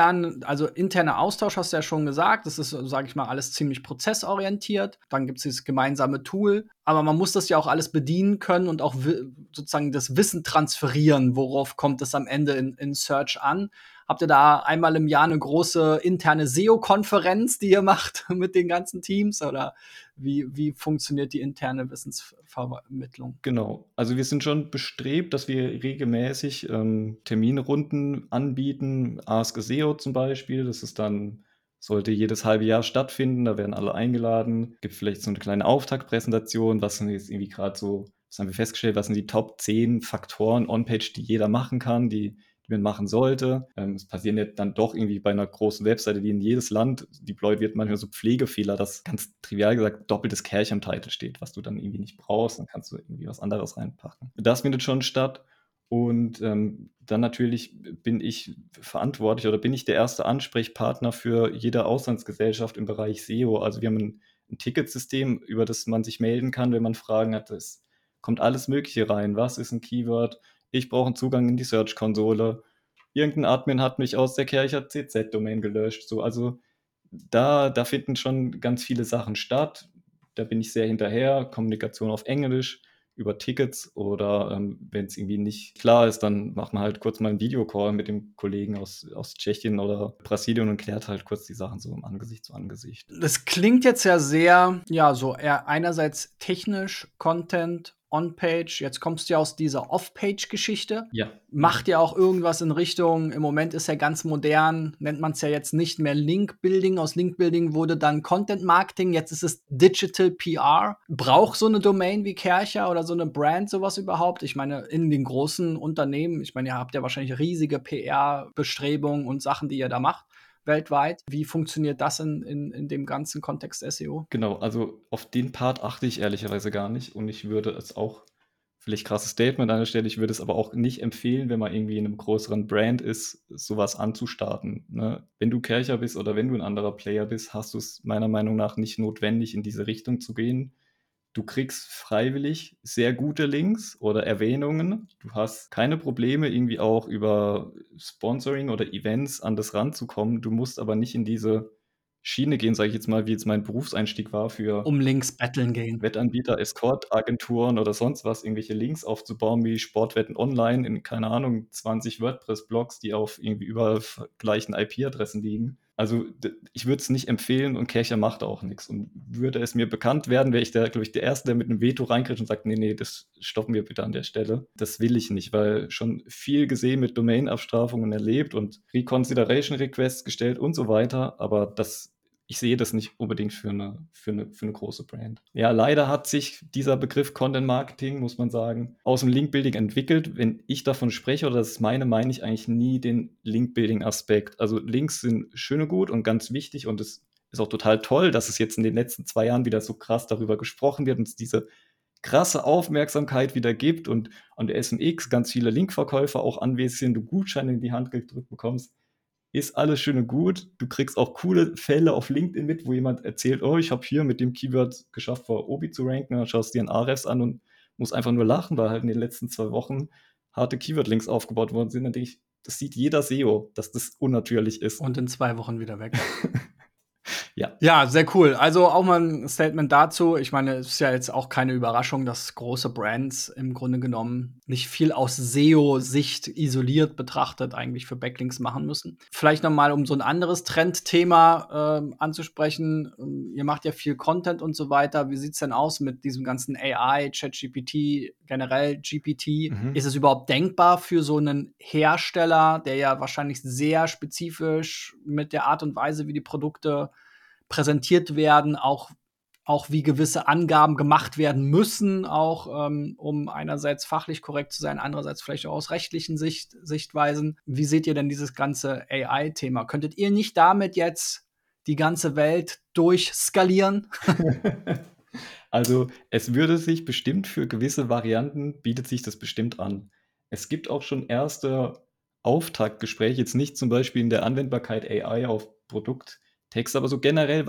interne Austausch hast du ja schon gesagt, das ist, sage ich mal, alles ziemlich prozessorientiert. Dann gibt's dieses gemeinsame Tool, aber man muss das ja auch alles bedienen können und auch sozusagen das Wissen transferieren, worauf kommt es am Ende in Search an. Habt ihr da einmal im Jahr eine große interne SEO-Konferenz, die ihr macht mit den ganzen Teams oder wie funktioniert die interne Wissensvermittlung? Genau. Also, wir sind schon bestrebt, dass wir regelmäßig, Terminrunden anbieten. Ask a SEO zum Beispiel. Das ist dann sollte jedes halbe Jahr stattfinden. Da werden alle eingeladen. Gibt vielleicht so eine kleine Auftaktpräsentation. Was sind jetzt irgendwie gerade so was haben wir festgestellt, was sind die Top 10 Faktoren On-Page, die jeder machen kann, die man machen sollte. Es passieren ja dann doch irgendwie bei einer großen Webseite, die in jedes Land deployed wird, manchmal so Pflegefehler, dass ganz trivial gesagt doppeltes Cache im Titel steht, was du dann irgendwie nicht brauchst. Dann kannst du irgendwie was anderes reinpacken. Das findet schon statt. Und dann natürlich bin ich verantwortlich oder bin ich der erste Ansprechpartner für jede Auslandsgesellschaft im Bereich SEO. Also wir haben ein Ticketsystem, über das man sich melden kann, wenn man Fragen hat. Es kommt alles Mögliche rein. Was ist ein Keyword? Ich brauche einen Zugang in die Search-Konsole. Irgendein Admin hat mich aus der Kercher CZ-Domain gelöscht. So, also da finden schon ganz viele Sachen statt. Da bin ich sehr hinterher. Kommunikation auf Englisch über Tickets oder wenn es irgendwie nicht klar ist, dann macht man halt kurz mal einen Videocall mit dem Kollegen aus Tschechien oder Brasilien und klärt halt kurz die Sachen so im Angesicht zu Angesicht. Das klingt jetzt ja sehr, ja, so eher einerseits technisch, Content, On-Page. Jetzt kommst du ja aus dieser Off-Page-Geschichte. Ja. Macht ja auch irgendwas in Richtung, im Moment ist ja ganz modern, nennt man es ja jetzt nicht mehr Link-Building. Aus Link-Building wurde dann Content-Marketing, jetzt ist es Digital PR. Braucht so eine Domain wie Kercher oder so eine Brand sowas überhaupt? Ich meine, in den großen Unternehmen, ich meine, ihr habt ja wahrscheinlich riesige PR-Bestrebungen und Sachen, die ihr da macht weltweit. Wie funktioniert das in dem ganzen Kontext SEO? Genau, also auf den Part achte ich ehrlicherweise gar nicht und ich würde es auch vielleicht krasses Statement an der Stelle, ich würde es aber auch nicht empfehlen, wenn man irgendwie in einem größeren Brand ist, sowas anzustarten, ne? Wenn du Kercher bist oder wenn du ein anderer Player bist, hast du es meiner Meinung nach nicht notwendig, in diese Richtung zu gehen. Du kriegst freiwillig sehr gute Links oder Erwähnungen. Du hast keine Probleme, irgendwie auch über Sponsoring oder Events an das ranzukommen. Du musst aber nicht in diese Schiene gehen, sage ich jetzt mal, wie jetzt mein Berufseinstieg war für Um Links betteln gehen. Wettanbieter, Escort-Agenturen oder sonst was, irgendwelche Links aufzubauen wie Sportwetten online in, keine Ahnung, 20 WordPress-Blogs, die auf irgendwie überall gleichen IP-Adressen liegen. Also ich würde es nicht empfehlen und Kercher macht auch nichts. Und würde es mir bekannt werden, wäre ich der, glaube ich, der Erste, der mit einem Veto reinkriegt und sagt, nee, das stoppen wir bitte an der Stelle. Das will ich nicht, weil schon viel gesehen mit Domain-Abstrafungen erlebt und Reconsideration-Requests gestellt und so weiter, aber ich sehe das nicht unbedingt für eine große Brand. Ja, leider hat sich dieser Begriff Content Marketing, muss man sagen, aus dem Link-Building entwickelt. Wenn ich davon spreche oder das ist meine ich eigentlich nie den Link-Building-Aspekt. Also Links sind schön und gut und ganz wichtig und es ist auch total toll, dass es jetzt in den letzten 2 Jahren wieder so krass darüber gesprochen wird und es diese krasse Aufmerksamkeit wieder gibt und an der SMX ganz viele Linkverkäufer auch anwesend sind, du Gutscheine in die Hand gedrückt bekommst. Ist alles schön und gut. Du kriegst auch coole Fälle auf LinkedIn mit, wo jemand erzählt, oh, ich habe hier mit dem Keyword geschafft, vor Obi zu ranken. Dann schaust du dir ein Ahrefs an und musst einfach nur lachen, weil halt in den letzten 2 Wochen harte Keyword-Links aufgebaut worden sind. Dann denke ich, das sieht jeder SEO, dass das unnatürlich ist. Und in 2 Wochen wieder weg. Ja. Ja, sehr cool. Also auch mal ein Statement dazu. Ich meine, es ist ja jetzt auch keine Überraschung, dass große Brands im Grunde genommen nicht viel aus SEO-Sicht isoliert betrachtet eigentlich für Backlinks machen müssen. Vielleicht noch mal, um so ein anderes Trendthema anzusprechen. Ihr macht ja viel Content und so weiter. Wie sieht's denn aus mit diesem ganzen AI, ChatGPT, generell GPT? Ist es überhaupt denkbar für so einen Hersteller, der ja wahrscheinlich sehr spezifisch mit der Art und Weise, wie die Produkte präsentiert werden, auch wie gewisse Angaben gemacht werden müssen, auch um einerseits fachlich korrekt zu sein, andererseits vielleicht auch aus rechtlichen Sichtweisen. Wie seht ihr denn dieses ganze AI-Thema? Könntet ihr nicht damit jetzt die ganze Welt durchskalieren? Also, es würde sich bestimmt für gewisse Varianten bietet sich das bestimmt an. Es gibt auch schon erste Auftaktgespräche, jetzt nicht zum Beispiel in der Anwendbarkeit AI auf Produkttext, aber so generell,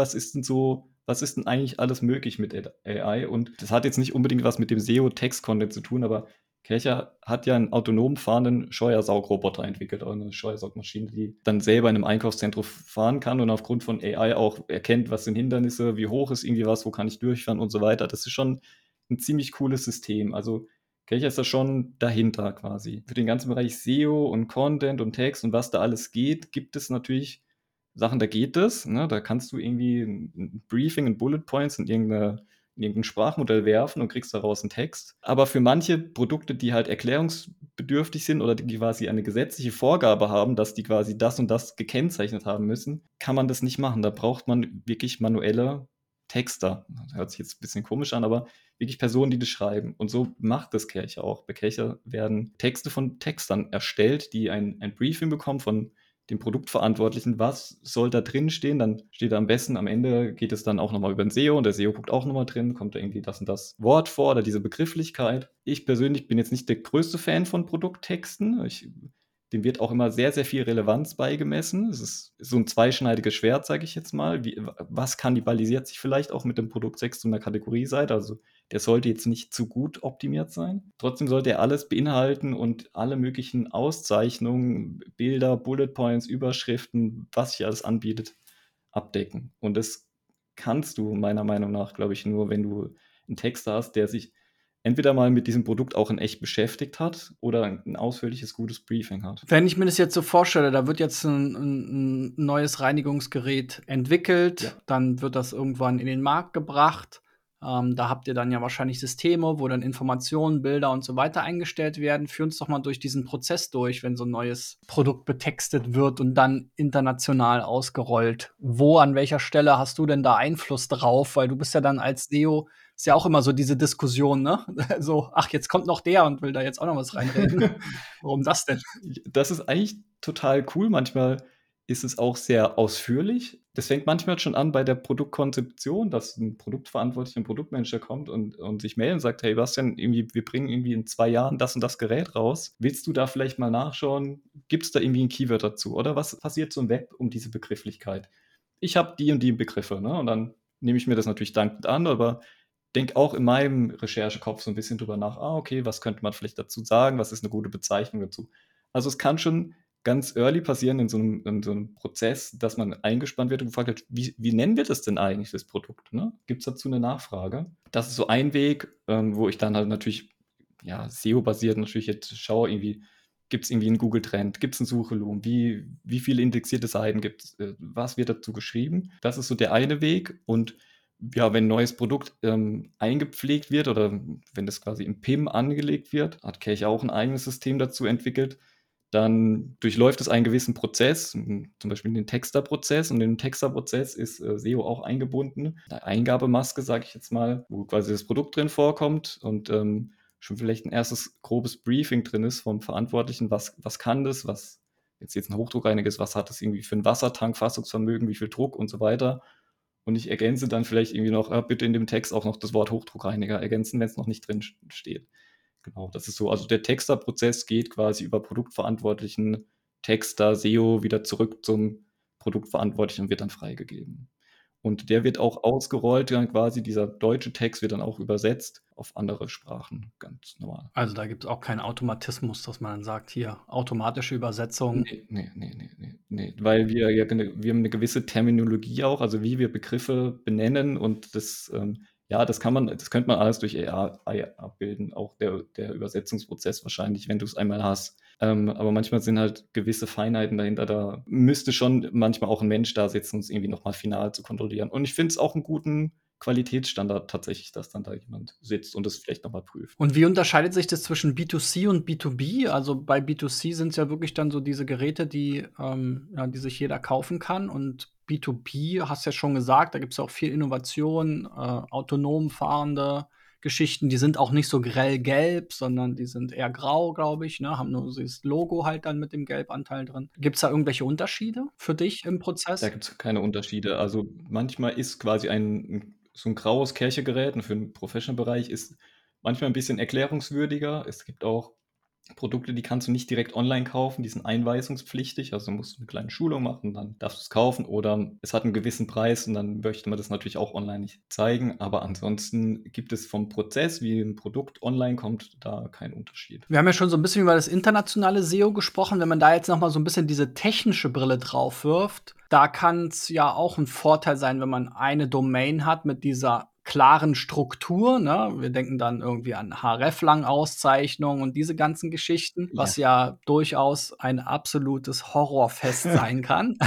was ist denn eigentlich alles möglich mit AI? Und das hat jetzt nicht unbedingt was mit dem SEO-Text-Content zu tun, aber Kercher hat ja einen autonom fahrenden Steuersaugroboter entwickelt, oder eine Steuersaugmaschine, die dann selber in einem Einkaufszentrum fahren kann und aufgrund von AI auch erkennt, was sind Hindernisse, wie hoch ist irgendwie was, wo kann ich durchfahren und so weiter. Das ist schon ein ziemlich cooles System. Also Kercher ist da schon dahinter quasi. Für den ganzen Bereich SEO und Content und Text und was da alles geht, gibt es natürlich Sachen, da geht es. Ne? Da kannst du irgendwie ein Briefing, ein Bullet Points in irgendein Sprachmodell werfen und kriegst daraus einen Text. Aber für manche Produkte, die halt erklärungsbedürftig sind oder die quasi eine gesetzliche Vorgabe haben, dass die quasi das und das gekennzeichnet haben müssen, kann man das nicht machen. Da braucht man wirklich manuelle Texter. Das hört sich jetzt ein bisschen komisch an, aber wirklich Personen, die das schreiben. Und so macht das Kercher auch. Bei Kercher werden Texte von Textern erstellt, die ein Briefing bekommen von dem Produktverantwortlichen, was soll da drin stehen, dann steht da am besten, am Ende geht es dann auch nochmal über den SEO und der SEO guckt auch nochmal drin, kommt da irgendwie das und das Wort vor oder diese Begrifflichkeit. Ich persönlich bin jetzt nicht der größte Fan von Produkttexten. Dem wird auch immer sehr, sehr viel Relevanz beigemessen. Es ist so ein zweischneidiges Schwert, sage ich jetzt mal. Was kannibalisiert sich vielleicht auch mit dem Produkttext zu einer Kategorieseite? Also der sollte jetzt nicht zu gut optimiert sein. Trotzdem sollte er alles beinhalten und alle möglichen Auszeichnungen, Bilder, Bullet Points, Überschriften, was sich alles anbietet, abdecken. Und das kannst du meiner Meinung nach, glaube ich, nur, wenn du einen Text hast, der sich entweder mal mit diesem Produkt auch in echt beschäftigt hat oder ein ausführliches, gutes Briefing hat. Wenn ich mir das jetzt so vorstelle, da wird jetzt ein neues Reinigungsgerät entwickelt, Ja. dann wird das irgendwann in den Markt gebracht. Da habt ihr dann ja wahrscheinlich Systeme, wo dann Informationen, Bilder und so weiter eingestellt werden. Führ uns doch mal durch diesen Prozess durch, wenn so ein neues Produkt betextet wird und dann international ausgerollt. Wo, an welcher Stelle hast du denn da Einfluss drauf? Weil du bist ja dann als SEO, ist ja auch immer so diese Diskussion, ne? So, ach, jetzt kommt noch der und will da jetzt auch noch was reinreden. Warum das denn? Das ist eigentlich total cool. Manchmal ist es auch sehr ausführlich. Das fängt manchmal schon an bei der Produktkonzeption, dass ein Produktverantwortlicher, ein Produktmanager kommt und sich meldet und sagt: „Hey Bastian, irgendwie wir bringen irgendwie in 2 Jahren das und das Gerät raus. Willst du da vielleicht mal nachschauen? Gibt's da irgendwie ein Keyword dazu? Oder was passiert so im Web um diese Begrifflichkeit?“ Ich habe die und die Begriffe, ne? Und dann nehme ich mir das natürlich dankend an, aber denke auch in meinem Recherchekopf so ein bisschen drüber nach: „Ah, okay, was könnte man vielleicht dazu sagen? Was ist eine gute Bezeichnung dazu?“ Also, es kann schon ganz early passieren in so 'nem Prozess, dass man eingespannt wird und gefragt wird: „Wie nennen wir das denn eigentlich, das Produkt, ne? Gibt's dazu eine Nachfrage?“ Das ist so ein Weg, wo ich dann halt natürlich, ja, SEO-basiert natürlich jetzt schaue irgendwie, gibt's irgendwie 'n Google-Trend? Gibt's 'n Suchvolumen? Wie viele indexierte Seiten gibt's? Was wird dazu geschrieben? Das ist so der eine Weg. Und ja, wenn 'n neues Produkt, eingepflegt wird oder wenn das quasi im PIM angelegt wird, hat Kelch auch ein eigenes System dazu entwickelt, dann durchläuft es einen gewissen Prozess, zum Beispiel den Texter-Prozess. Und in den Texter-Prozess ist, SEO auch eingebunden. 'Ne Eingabemaske, sage ich jetzt mal, wo quasi das Produkt drin vorkommt und, schon vielleicht ein erstes grobes Briefing drin ist vom Verantwortlichen. Was kann das? Was jetzt 'n Hochdruckreiniger ist, was hat das irgendwie für 'n Wassertank, Fassungsvermögen, wie viel Druck und so weiter. Und ich ergänze dann vielleicht irgendwie noch, bitte in dem Text auch noch das Wort Hochdruckreiniger ergänzen, wenn es noch nicht drin steht. Genau, das ist so. Also der Texter-Prozess geht quasi über Produktverantwortlichen, Texter, SEO wieder zurück zum Produktverantwortlichen und wird dann freigegeben. Und der wird auch ausgerollt, dann quasi dieser deutsche Text wird dann auch übersetzt auf andere Sprachen, ganz normal. Also, da gibt's auch keinen Automatismus, dass man dann sagt: „Hier, automatische Übersetzung.“ Ne, weil wir haben 'ne gewisse Terminologie auch, also wie wir Begriffe benennen und das, ja, das könnte man alles durch AI abbilden, auch der Übersetzungsprozess wahrscheinlich, wenn du's einmal hast. Aber manchmal sind halt gewisse Feinheiten dahinter, da müsste schon manchmal auch 'n Mensch da sitzen, um's irgendwie noch mal final zu kontrollieren. Und ich finde es auch 'n guten Qualitätsstandard tatsächlich, dass dann da jemand sitzt und das vielleicht noch mal prüft. Und wie unterscheidet sich das zwischen B2C und B2B? Also, bei B2C sind's ja wirklich dann so diese Geräte, die die sich jeder kaufen kann. Und B2B, hast ja schon gesagt, da gibt's ja auch viel Innovation, autonom fahrende Geschichten, die sind auch nicht so grell gelb, sondern die sind eher grau, glaube ich, ne? Haben nur so dieses Logo halt dann mit dem Gelbanteil drin. Gibt's da irgendwelche Unterschiede für dich im Da Prozess? gibt's keine Unterschiede. Also, manchmal ist quasi so 'n graues Kercher-Gerät und für 'n Professional-Bereich ist manchmal 'n bisschen erklärungswürdiger. Es gibt auch Produkte, die kannst du nicht direkt online kaufen, die sind einweisungspflichtig, also musst du eine kleine Schulung machen, dann darfst du es kaufen oder es hat einen gewissen Preis und dann möchte man das natürlich auch online nicht zeigen. Aber ansonsten gibt es vom Prozess, wie ein Produkt online kommt, da keinen Unterschied. Wir haben ja schon so ein bisschen über das internationale SEO gesprochen. Wenn man da jetzt noch mal so ein bisschen diese technische Brille drauf wirft, da kann's ja auch ein Vorteil sein, wenn man eine Domain hat mit dieser klaren Struktur, ne? Wir denken dann irgendwie an hreflang-Auszeichnung und diese ganzen Geschichten, Ja. was ja durchaus ein absolutes Horrorfest sein kann.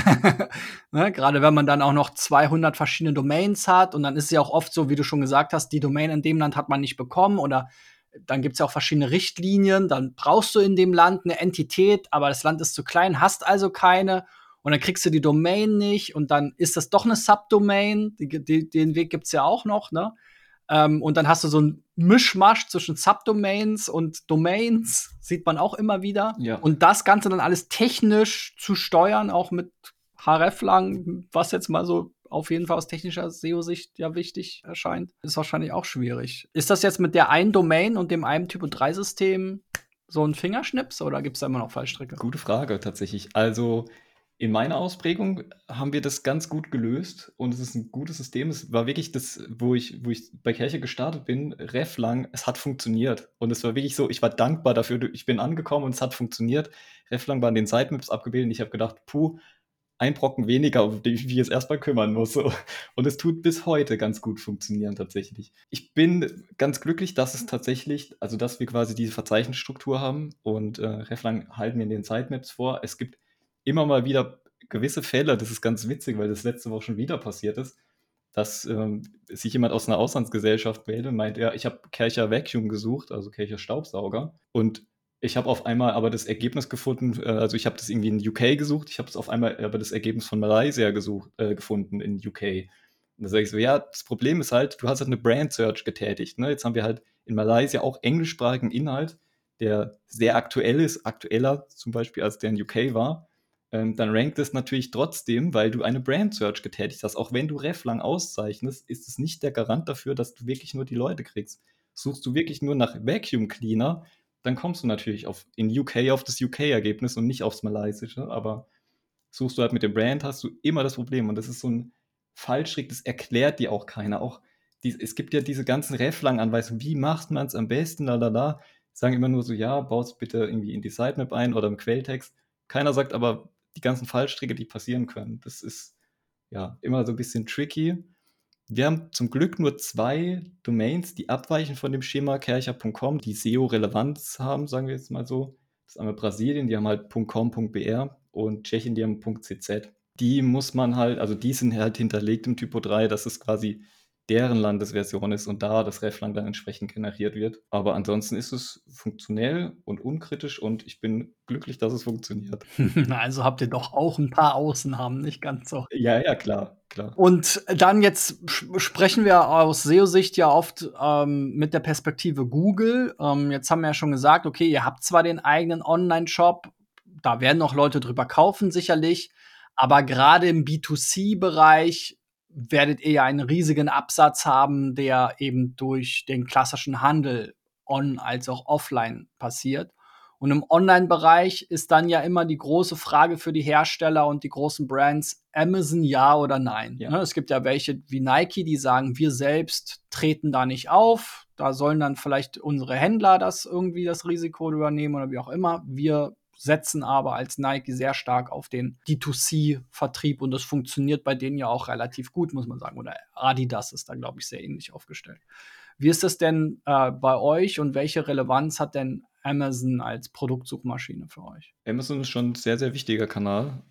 Ne? Grade wenn man dann auch noch 200 verschiedene Domains hat und dann ist es ja auch oft so, wie du schon gesagt hast, die Domain in dem Land hat man nicht bekommen oder dann gibt's ja auch verschiedene Richtlinien. Dann brauchst du in dem Land eine Entität, aber das Land ist zu klein, hast also keine. Und dann kriegst du die Domain nicht und dann ist das doch eine Subdomain. Den Weg gibt's ja auch noch, ne? Und dann hast du so ein Mischmasch zwischen Subdomains und Domains, sieht man auch immer wieder. Ja. Und das Ganze dann alles technisch zu steuern, auch mit hreflang, was jetzt mal so auf jeden Fall aus technischer SEO-Sicht ja wichtig erscheint, ist wahrscheinlich auch schwierig. Ist das jetzt mit der einen Domain und dem einen Typo-3-System so ein Fingerschnips oder gibt's da immer noch Fallstricke? Gute Frage tatsächlich. Also, in meiner Ausprägung haben wir das ganz gut gelöst und es ist ein gutes System. Es war wirklich das, wo ich bei Kirche gestartet bin, Reflang, es hat funktioniert. Und es war wirklich so, ich war dankbar dafür. Ich bin angekommen und es hat funktioniert. Reflang war in den Sitemaps abgebildet und ich habe gedacht: „Puh, ein Brocken weniger, um den ich mich jetzt erst mal kümmern muss“, so. Und es tut bis heute ganz gut funktionieren tatsächlich. Ich bin ganz glücklich, dass es tatsächlich, also, dass wir quasi diese Verzeichnisstruktur haben und, Reflang halten mir in den Sitemaps vor. Es gibt immer mal wieder gewisse Fälle, das ist ganz witzig, weil das letzte Woche schon wieder passiert ist, dass, sich jemand aus einer Auslandsgesellschaft meldet und meint: „Ja, ich habe Kärcher Vacuum gesucht“, also Kärcher Staubsauger. Und ich habe auf einmal aber das Ergebnis gefunden, also ich habe das irgendwie in UK gesucht, ich habe es auf einmal aber das Ergebnis von Malaysia gefunden in UK. Und da sage ich so: „Ja, das Problem ist halt, du hast halt eine Brand Search getätigt, ne? Jetzt haben wir halt in Malaysia auch englischsprachigen Inhalt, der sehr aktuell ist, aktueller zum Beispiel als der in UK war. Dann rankt es natürlich trotzdem, weil du eine Brand Search getätigt hast. Auch wenn du Reflang auszeichnest, ist es nicht der Garant dafür, dass du wirklich nur die Leute kriegst. Suchst du wirklich nur nach Vacuum Cleaner, dann kommst du natürlich in UK auf das UK-Ergebnis und nicht aufs Malaysische. Aber suchst du halt mit dem Brand, hast du immer das Problem. Und das ist so ein Fallstrick, das erklärt dir auch keiner. Auch es gibt ja diese ganzen Reflang-Anweisungen, wie macht man es am besten, la la la. Sagen immer nur so, ja, baut es bitte irgendwie in die Sitemap ein oder im Quelltext. Keiner sagt aber die ganzen Fallstricke, die passieren können. Das ist ja immer so ein bisschen tricky. Wir haben zum Glück nur 2 Domains, die abweichen von dem Schema Kercher.com, die SEO-Relevanz haben, sagen wir jetzt mal so. Das ist einmal Brasilien, die haben halt .com.br und Tschechien, die haben .cz. Die muss man halt, also die sind halt hinterlegt im Typo 3, dass es quasi deren Landesversion ist und da das Reflang dann entsprechend generiert wird. Aber ansonsten ist es funktionell und unkritisch und ich bin glücklich, dass es funktioniert. Also habt ihr doch auch ein paar Ausnahmen, nicht ganz so. Ja, ja, klar, klar. Und dann jetzt sprechen wir aus SEO-Sicht ja oft mit der Perspektive Google. Jetzt haben wir ja schon gesagt, okay, ihr habt zwar den eigenen Online-Shop, da werden auch Leute drüber kaufen, sicherlich, aber gerade im B2C-Bereich werdet ihr ja einen riesigen Absatz haben, der eben durch den klassischen Handel als auch offline passiert. Und im Online-Bereich ist dann ja immer die große Frage für die Hersteller und die großen Brands, Amazon ja oder nein. Ja. Ne, es gibt ja welche wie Nike, die sagen, wir selbst treten da nicht auf. Da sollen dann vielleicht unsere Händler das Risiko übernehmen oder wie auch immer. Wir setzen aber als Nike sehr stark auf den D2C-Vertrieb und das funktioniert bei denen ja auch relativ gut, muss man sagen. Oder Adidas ist da, glaube ich, sehr ähnlich aufgestellt. Wie ist das denn bei euch und welche Relevanz hat denn Amazon als Produktsuchmaschine für euch? Amazon ist schon 'n sehr, sehr wichtiger Kanal,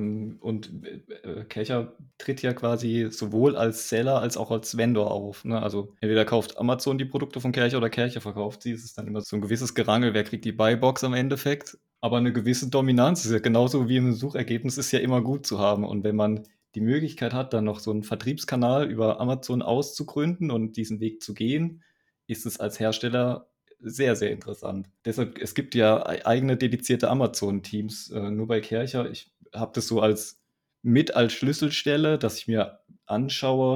und, Kercher tritt ja quasi sowohl als Seller als auch als Vendor auf, ne? Also, entweder kauft Amazon die Produkte von Kercher oder Kercher verkauft sie. Es ist dann immer so 'n gewisses Gerangel, wer kriegt die Buybox am Endeffekt. Aber 'ne gewisse Dominanz ist ja genauso wie im Suchergebnis ist ja immer gut zu haben. Und wenn man die Möglichkeit hat, dann noch so 'n Vertriebskanal über Amazon auszugründen und diesen Weg zu gehen, ist es als Hersteller sehr, sehr interessant. Deshalb, es gibt ja eigene dedizierte Amazon-Teams, nur bei Kercher. Ich habe das so als Schlüsselstelle, dass ich mir anschaue,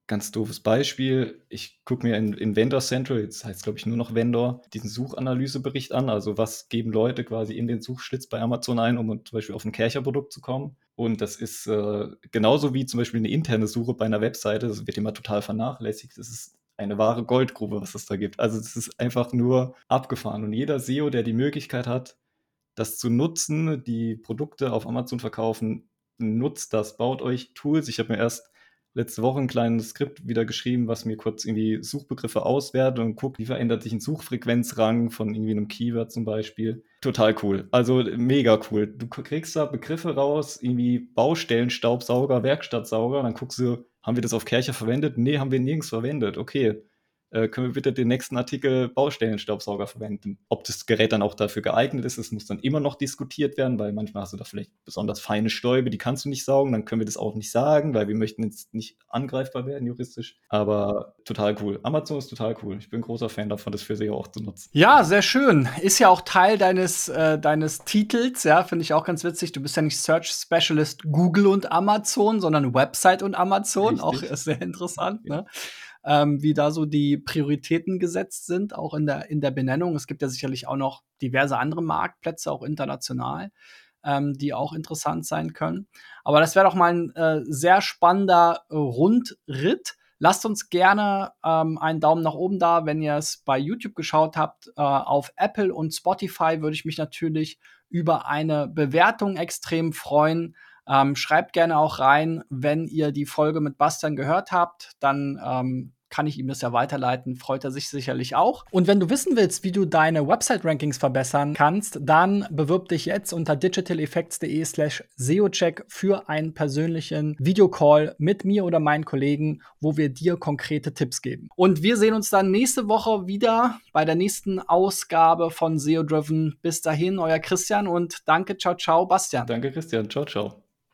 Ganz doofes Beispiel. Ich gucke mir in Vendor Central, jetzt heißt es, glaube ich, nur noch Vendor, diesen Suchanalysebericht an. Also was geben Leute quasi in den Suchschlitz bei Amazon ein, um zum Beispiel auf ein Kärcher-Produkt zu kommen. Und das ist genauso wie zum Beispiel eine interne Suche bei einer Webseite. Das wird immer total vernachlässigt. Das ist eine wahre Goldgrube, was es da gibt. Also das ist einfach nur abgefahren. Und jeder SEO, der die Möglichkeit hat, das zu nutzen, die Produkte auf Amazon verkaufen, nutzt das, baut euch Tools. Ich habe mir erst letzte Woche ein kleines Skript wieder geschrieben, was mir kurz irgendwie Suchbegriffe auswertet und guckt, wie verändert sich ein Suchfrequenzrang von irgendwie einem Keyword zum Beispiel. Total cool. Also mega cool. Du kriegst da Begriffe raus, irgendwie Baustellenstaubsauger, Werkstattsauger, dann guckst du, haben wir das auf Kärcher verwendet? Nee, haben wir nirgends verwendet. Okay, können wir bitte den nächsten Artikel Baustellenstaubsauger verwenden. Ob das Gerät dann auch dafür geeignet ist, das muss dann immer noch diskutiert werden, weil manchmal hast du da vielleicht besonders feine Stäube, die kannst du nicht saugen, dann können wir das auch nicht sagen, weil wir möchten jetzt nicht angreifbar werden juristisch. Aber total cool. Amazon ist total cool. Ich bin ein großer Fan davon, das für SEO auch zu nutzen. Ja, sehr schön. Ist ja auch Teil deines Titels, ja, finde ich auch ganz witzig. Du bist ja nicht Search Specialist Google und Amazon, sondern Website und Amazon. Auch Richtig. sehr interessant, Ja. ne? Wie da so die Prioritäten gesetzt sind, auch in der Benennung. Es gibt ja sicherlich auch noch diverse andere Marktplätze, auch international, die auch interessant sein können. Aber das wäre doch mal ein sehr spannender Rundritt. Lasst uns gerne einen Daumen nach oben da, wenn ihr es bei YouTube geschaut habt. Auf Apple und Spotify würde ich mich natürlich über eine Bewertung extrem freuen. Schreibt gerne auch rein, wenn ihr die Folge mit Bastian gehört habt, dann kann ich ihm das ja weiterleiten, freut er sich sicherlich auch. Und wenn du wissen willst, wie du deine Website-Rankings verbessern kannst, dann bewirb dich jetzt unter digitaleffects.de/SEOcheck für einen persönlichen Videocall mit mir oder meinen Kollegen, wo wir dir konkrete Tipps geben. Und wir sehen uns dann nächste Woche wieder bei der nächsten Ausgabe von SEO Driven. Bis dahin, euer Christian und danke, ciao, ciao, Bastian. Danke, Christian. Ciao, ciao.